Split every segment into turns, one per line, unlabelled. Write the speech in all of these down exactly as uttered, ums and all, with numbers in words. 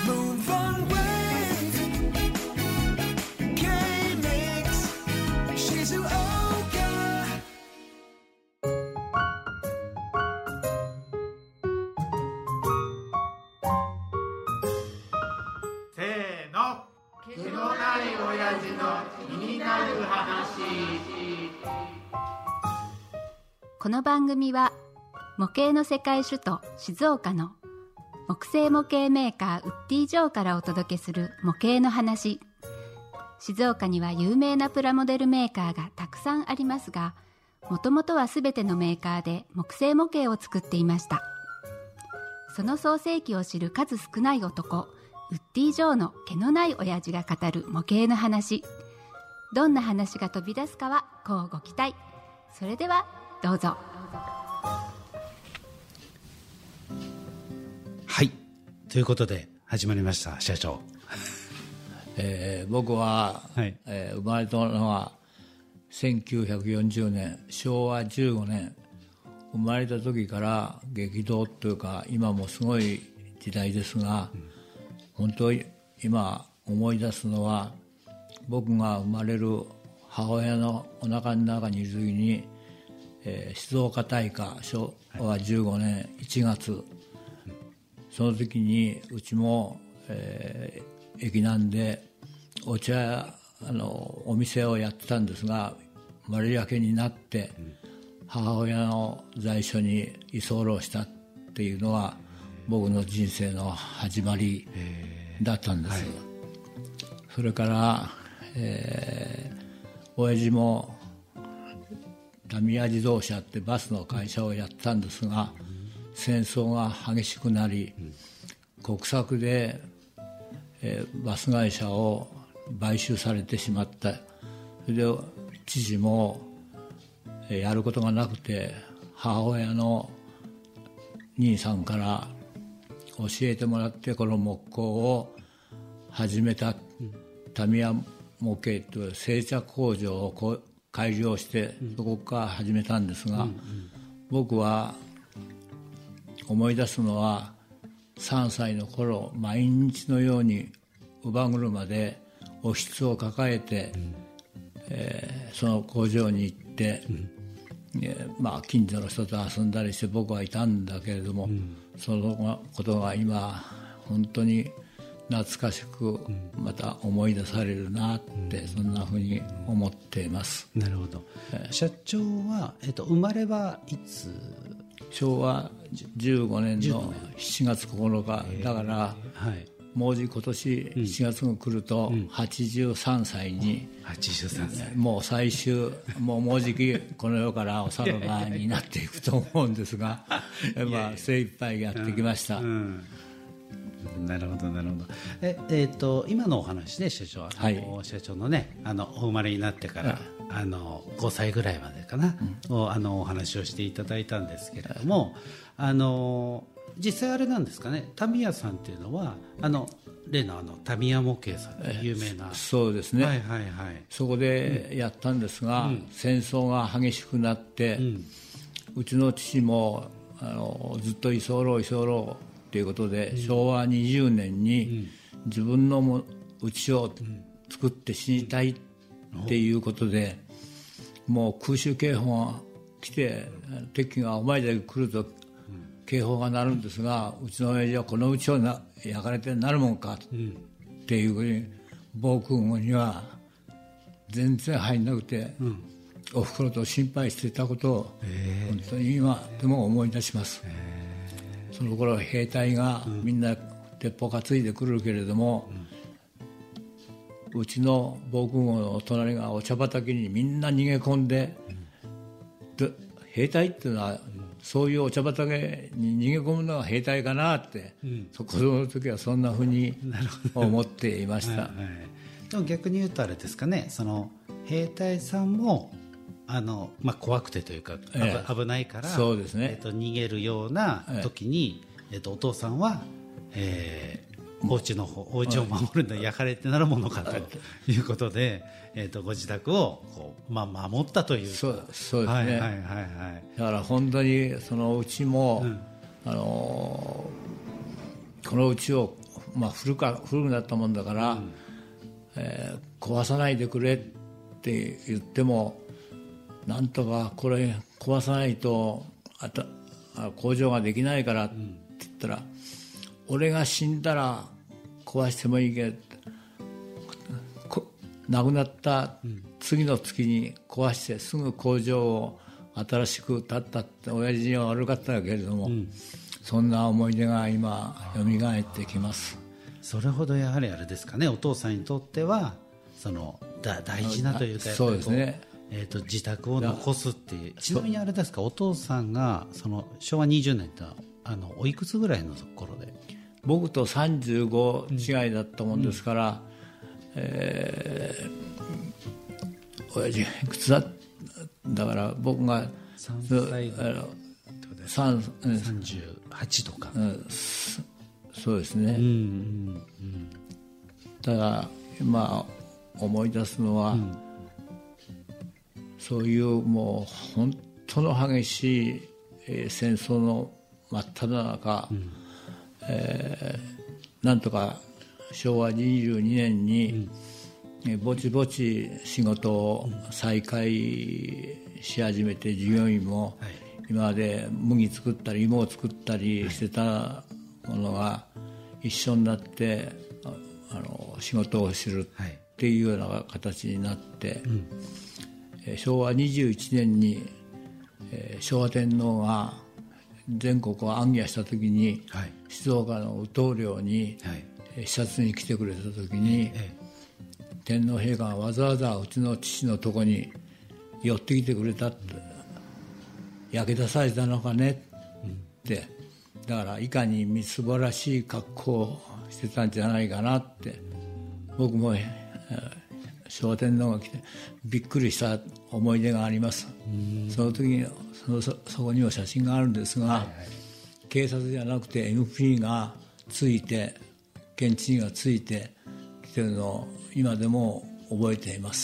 Move on with K-Mix. Shizuoka.
せーの。毛のない親父の気になる話。
この番組は模型の世界首都静岡の木製模型メーカーウッディジョーからお届けする模型の話。静岡には有名なプラモデルメーカーがたくさんありますが、もともとはすべてのメーカーで木製模型を作っていました。その創世記を知る数少ない男、ウッディジョーの毛のない親父が語る模型の話。どんな話が飛び出すかは乞うご期待。それではどうぞ。
はい、ということで始まりました社長。
えー、僕は、はいえー、生まれたのはせんきゅうひゃくよんじゅうねんしょうわじゅうごねん。生まれた時から激動というか今もすごい時代ですが、うん、本当に今思い出すのは僕が生まれる母親のお腹の中にいる時に、えー、静岡大火しょうわじゅうごねんいちがつ、はい、その時にうちも、えー、駅南でお茶屋あのお店をやってたんですが丸焼けになって、うん、母親の在所に居候したっていうのは僕の人生の始まりだったんです、はい、それから、えー、親父もタミヤ自動車ってバスの会社をやったんですが、うん、戦争が激しくなり、うん、国策で、えー、バス会社を買収されてしまった。それで父も、えー、やることがなくて母親の兄さんから教えてもらってこの木工を始めた、うん、タミヤ模型という製着工場をこう改良して、うん、そこから始めたんですが、うんうん、僕は思い出すのはさんさいの頃毎日のように乳母車でおひつを抱えて、うんえー、その工場に行って、うんえーまあ、近所の人と遊んだりして僕はいたんだけれども、うん、そのことが今本当に懐かしくまた思い出されるなって、うん、そんなふうに思っています、
うん、なるほど、えー、社長は、えーと、生まれはいつ？
しょうわじゅうごねんのしちがつここのか、だから、はいもうじ今年しちがつが来るとはちじゅうさんさいに、
うん、はちじゅうさんさい
もう最終もうもうじきこの世からおさらばになっていくと思うんですがまあ精一杯やってきました、うん
うん、なるほどなるほど。え、えー、と今のお話で社長、はい、社長のねあのお生まれになってから、はい、あのごさいぐらいまでかな、うん、あのお話をしていただいたんですけれども、あの実際あれなんですかね、タミヤさんっていうのはあの例のあのタミヤ模型さんって有名な、えー、
そうですね、
はいはいはい、
そこでやったんですが、うん、戦争が激しくなって、うん、うちの父もあのずっと居候居候ということで、うん、しょうわにじゅうねんに自分のも家を作って死にたいっていうことで、うん、もう空襲警報が来て敵がお前だけ来ると警報が鳴るんですが、うちの親父はこの家をな焼かれてなるもんかっていうふうに防空壕には全然入んなくて、うん、おふくろと心配していたことを本当に今でも思い出します。その頃兵隊がみんな鉄砲担いでくるけれども、うん、うちの防空壕の隣がお茶畑にみんな逃げ込んで、うん、兵隊っていうのはそういうお茶畑に逃げ込むのが兵隊かなって、うん、子供の時はそんなふうに思っていました。はいはい、
でも逆に言うとあれですかね、その兵隊さんもあの、まあ、怖くてというか、ええ、危ないから、
そうですね、
えー、と逃げるような時に、えええー、とお父さんは、えー、お家の方お家を守るんだ、焼かれてなるものかということで、えー、とご自宅をこう、まあ、守ったというか。
そう、そうですね、
はいはいはいはい、
だから本当にそのうちも、うん、あのー、このうちをまあ、古か古くなったもんだから、うん、えー、壊さないでくれって言っても、なんとかこれ壊さないとあた工場ができないからって言ったら、うん、俺が死んだら壊してもいいけど、亡くなった次の月に壊してすぐ工場を新しく建ったって、親父には悪かったけれども、うん、そんな思い出が今よみがえってきます。
それほどやはりあれですかね、お父さんにとってはそのだ大事なというか、
そうですね、
えー、と自宅を残すっていう。ちなみにあれですか、お父さんがそのしょうわにじゅうねんってあのおいくつぐらいの頃で？
僕とさんじゅうご違いだったもんですから、うん、えー、親父がいくつだだから僕が
さんさいぐらいってことですか？さんじゅうはちとか、うん、
そうですね、うんうんうん、ただ今思い出すのは、うん、そういうもう本当の激しい、えー、戦争の真っ只中、うん、えー、なんとかしょうわにじゅうにねんに、うん、えー、ぼちぼち仕事を再開し始めて、従業員も今まで麦作ったり芋を作ったりしてたものが一緒になってあの仕事をするっていうような形になって、うん、えー、しょうわにじゅういちねんに、えー、昭和天皇が全国を行脚した時に、はい、静岡の宇東領に、はい、視察に来てくれた時に、ええ、天皇陛下がわざわざうちの父のとこに寄ってきてくれたって、焼け出されたのかねって、うん、だからいかにみすぼらしい格好をしてたんじゃないかなって、僕も、えー昭和天皇が来てびっくりした思い出があります。その時に そ, の そ, そこにも写真があるんですが、はいはい、警察じゃなくて エムピー がついて、県知事がついて来てるのを今でも覚えています。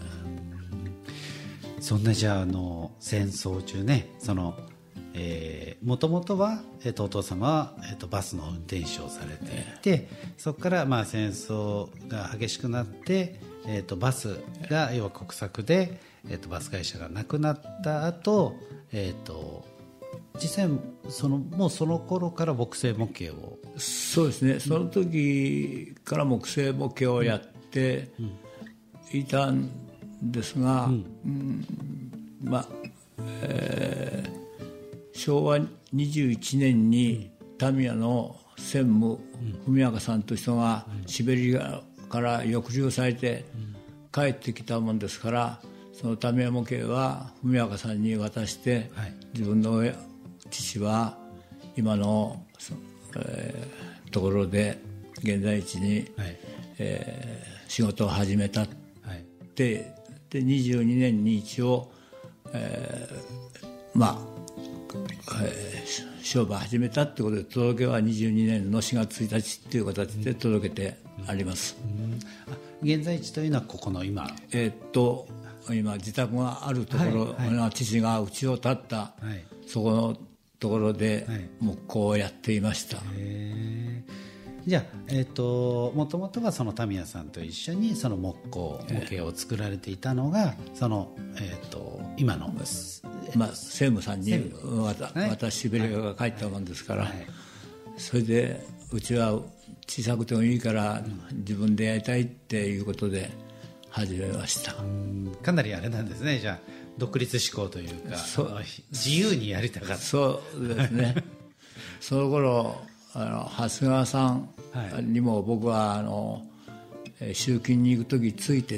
んそんなじゃあ、あの戦争中ね、そのもともとは、えー、とお父様は、えー、とバスの運転手をされていて、そこからまあ戦争が激しくなって、えー、とバスが要は国策で、えー、とバス会社がなくなった後、えー、と実際そのもうその頃から木製模型を。
そうですね、その時から木製模型をやっていたんですが、うんうん、まあ、えー、しょうわにじゅういちねんにタミヤの専務文明さんという人がシベリアから抑留されて帰ってきたもんですから、そのタミヤ模型は文明さんに渡して、はい、自分の父は今の、えー、ところで現在地に、はい、えー、仕事を始めた、はい、で, でにじゅうにねんに一応、えー、まあ、えー、商売始めたってことで届けはにじゅうにねんのしがつついたちっていう形で届けてあります。うんうん、
あ、現在地というのはここの今、
えー、っと今自宅があるところ、はいはい、父が家を建った、はい、そこのところで木工をやっていました。
へー、じゃあ、えー、ともともとはそのタミヤさんと一緒にその木工模型を作られていたのが、その、えー、と今の、
まあ、専務さんに渡しシベリアが帰ったもんですから、はいはい、それでうちは小さくてもいいから自分でやりたいっていうことで始めました。
うん、かなりあれなんですね、じゃあ独立志向というか、そう自由にやりたかった。
そうですねその頃あの長谷川さんにも僕はあの集金に行く時ついてって、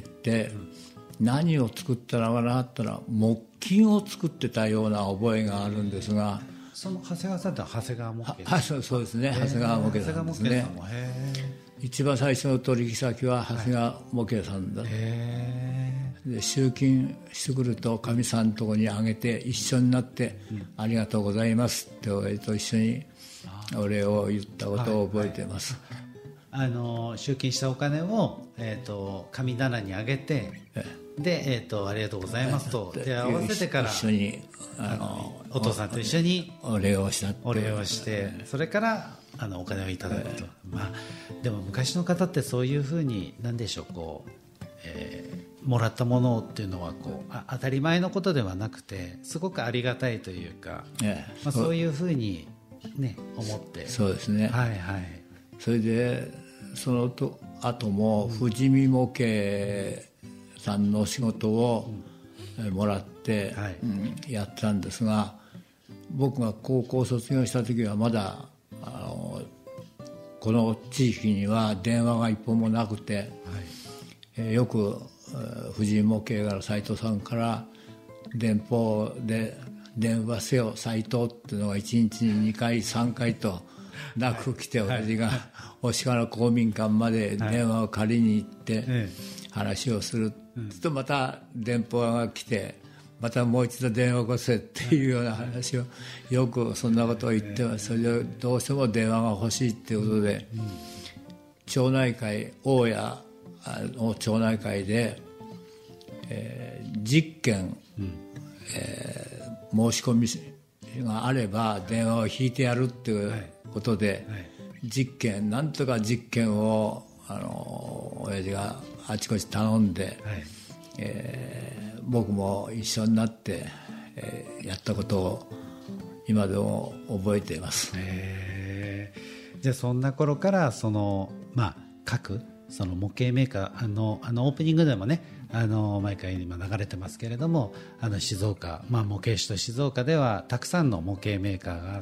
うん、何を作ったのかなって言ったら木琴を作ってたような覚えがあるんですが、
その長谷川さんって長谷川模型
はそう、そうですね、長谷川模型さんですね。一番最初の取引先は長谷川模型さんだ、はい、で集金してくるとかみさんのところにあげて一緒になって、うん、ありがとうございますって俺と一緒にお礼を言ったことを覚えています。
はいはい、あの集金したお金を、えー、と神棚にあげて、で、えー、とありがとうございますと手を合わせてから
一緒に
あのお父さんと一緒に
お礼をした
お礼をして、それからあのお金をいただくと、えーまあ、でも昔の方ってそういうふうに何でしょうこう、えー、もらったものっていうのはこうあ当たり前のことではなくてすごくありがたいというか、えーまあ、そういうふうに、ね、思って
そうですね、
はいはい、
それでそのと後も富士見模型さんの仕事をもらって、うんはいうん、やったんですが、僕が高校卒業した時はまだあのこの地域には電話が一本もなくて、はいえー、よく富士模型の斉藤さんから電報で電話せよ斉藤っていうのがいちにちににかいさんかいとなく来て、親父が星原公民館まで電話を借りに行って話をすると、また電報が来てまたもう一度電話を起こせっていうような話をよくそんなことを言ってます。それでどうしても電話が欲しいっていうことで、町内会大谷の町内会で、えー、じっけん、えー、申し込みがあれば電話を引いてやるっていうことで、はいはい、実験なんとか実験をあの親父があちこち頼んで、はいえー、僕も一緒になって、えー、やったことを今でも覚えています。
へー。じゃあそんな頃からその、まあ、各その模型メーカーあのあのオープニングでもねあの毎回今流れてますけれども、あの静岡、まあ、模型市と静岡ではたくさんの模型メーカーがあって、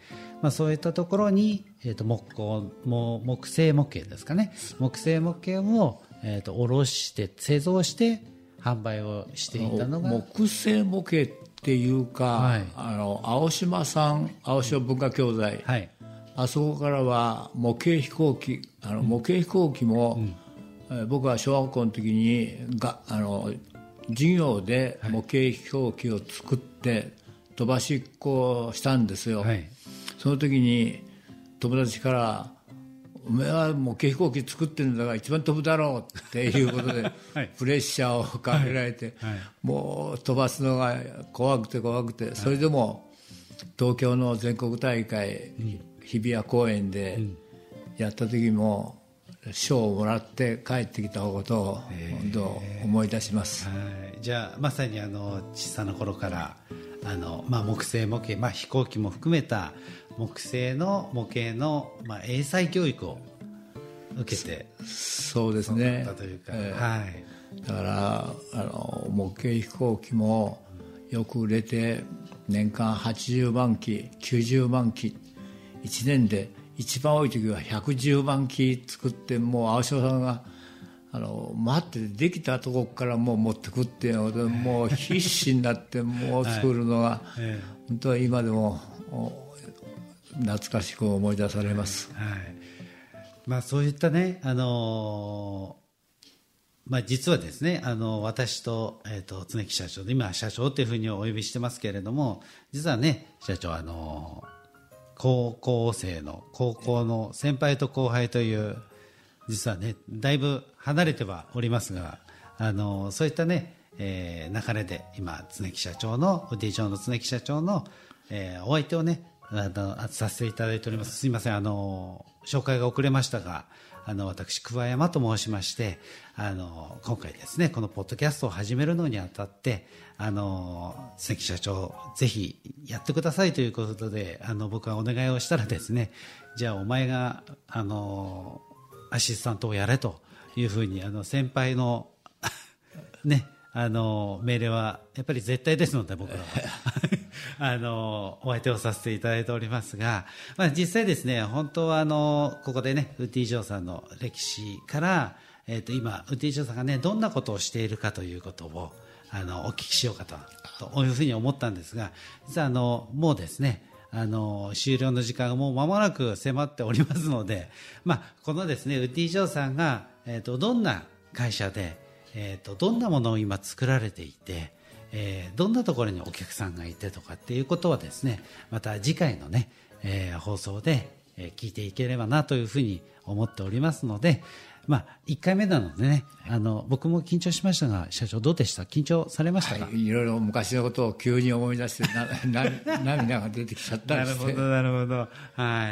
まあ、そういったところに、えー、と木工も木製模型ですかね、木製模型を、えー、と卸して製造して販売をしていたのが
木製模型っていうか、はい、あの青島さん青島文化教材、はい、あそこからは模型飛行機あの模型飛行機も、うん僕は小学校の時にがあの授業で模型飛行機を作って飛ばしっこしたんですよ、はい、その時に友達からお前は模型飛行機作ってるんだから一番飛ぶだろうっていうことでプレッシャーをかけられて、はいはい、もう飛ばすのが怖くて怖くて、それでも東京の全国大会、うん、日比谷公園でやった時も賞をもらって帰ってきたことを本当思い出します、
はい、じゃあまさにあの小さな頃からあの、まあ、木製模型、まあ、飛行機も含めた木製の模型の、まあ、英才教育を受けて
そうですね
そうだったというか、
えーはい、だからあの模型飛行機もよく売れて年間はちじゅうまんききゅうじゅうまんきいちねんで一番多い時はひゃくじゅうまんき作って、もう青島さんがあの待ってできたとこからもう持ってくっていうので、もう必死になってもう作るのが、はい、本当は今でも懐かしく思い出されます、はい
まあ、そういったね、あのーまあ、実はですね、あの私と、えーと、常木社長で今社長というふうにお呼びしてますけれども、実はね社長あのー高校生の高校の先輩と後輩という実はねだいぶ離れてはおりますが、あのそういったね、えー、流れで今常木社長のウッディ町の常木社長の、えー、お相手をねあのさせていただいております。すいませんあの紹介が遅れましたが、あの私桑山と申しまして、あの今回ですねこのポッドキャストを始めるのにあたってあの関社長ぜひやってくださいということであの僕はお願いをしたらですね、じゃあお前があのアシスタントをやれというふうにあの先輩のねあの命令はやっぱり絶対ですので僕らはあのお相手をさせていただいておりますが、まあ、実際ですね本当はあのここでねウッディ・ジョーさんの歴史から、えー、と今ウッディ・ジョーさんがねどんなことをしているかということをあのお聞きしようかとというふうに思ったんですが、実はあのもうですねあの終了の時間がもう間もなく迫っておりますので、まあ、このですねウッディ・ジョーさんが、えー、とどんな会社で、えー、とどんなものを今作られていて、えー、どんなところにお客さんがいてとかっていうことはですねまた次回のね、えー、放送で、えー、聞いていければなというふうに思っておりますので、まあ、いっかいめなのでね、あの僕も緊張しましたが社長どうでした？緊張されましたか？
はい、いろいろ昔のことを急に思い出してなな涙が出てきちゃったりして
なるほどなるほど、はい、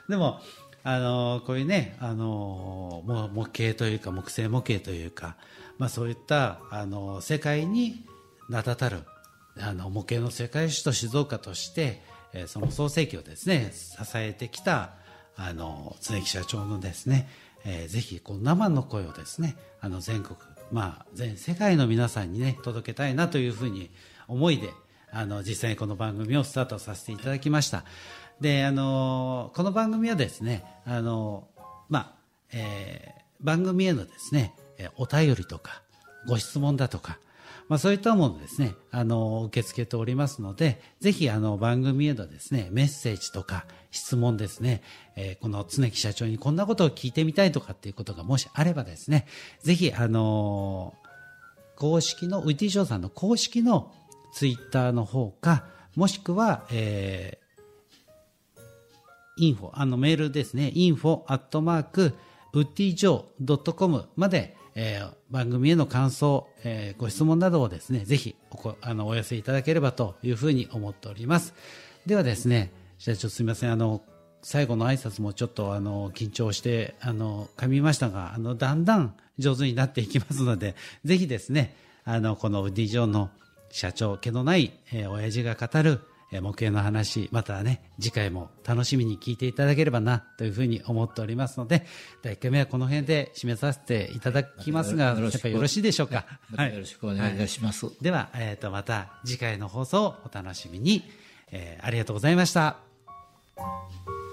でもあのこういうねあのも模型というか木製模型というか、まあ、そういったあの世界に名だたるあの模型の世界史と静岡として、えー、その創世記をですね支えてきたあの常木社長のですね、えー、ぜひこう生の声をですねあの全国、まあ、全世界の皆さんにね届けたいなというふうに思いであの実際にこの番組をスタートさせていただきました。であのこの番組はですねあの、まあえー、番組へのですねお便りとかご質問だとか、まあ、そういったものですねあの受け付けておりますので、ぜひあの番組へのですねメッセージとか質問ですね、えー、この常木社長にこんなことを聞いてみたいとかっていうことがもしあればですね、ぜひあの公式のウィティショーさんの公式のツイッターの方か、もしくは、えーインフォ、あのメールですね、インフォアットマークウッディジョードットコムまで、えー、番組への感想、えー、ご質問などをですね、ぜひ お, あのお寄せいただければというふうに思っております。ではですね、社長すみません、あの最後の挨拶もちょっとあの緊張してあの噛みましたが、あのだんだん上手になっていきますので、ぜひですね、あのこのウッディジョーの社長気のない、えー、親父が語る模型の話、またね次回も楽しみに聞いていただければなというふうに思っておりますので、だいいっかいめはこの辺で締めさせていただきますが、やっぱりよろしいでしょうか。
はい、よろしくお願いいたします、はい、
では、えー、とまた次回の放送をお楽しみに、えー、ありがとうございました。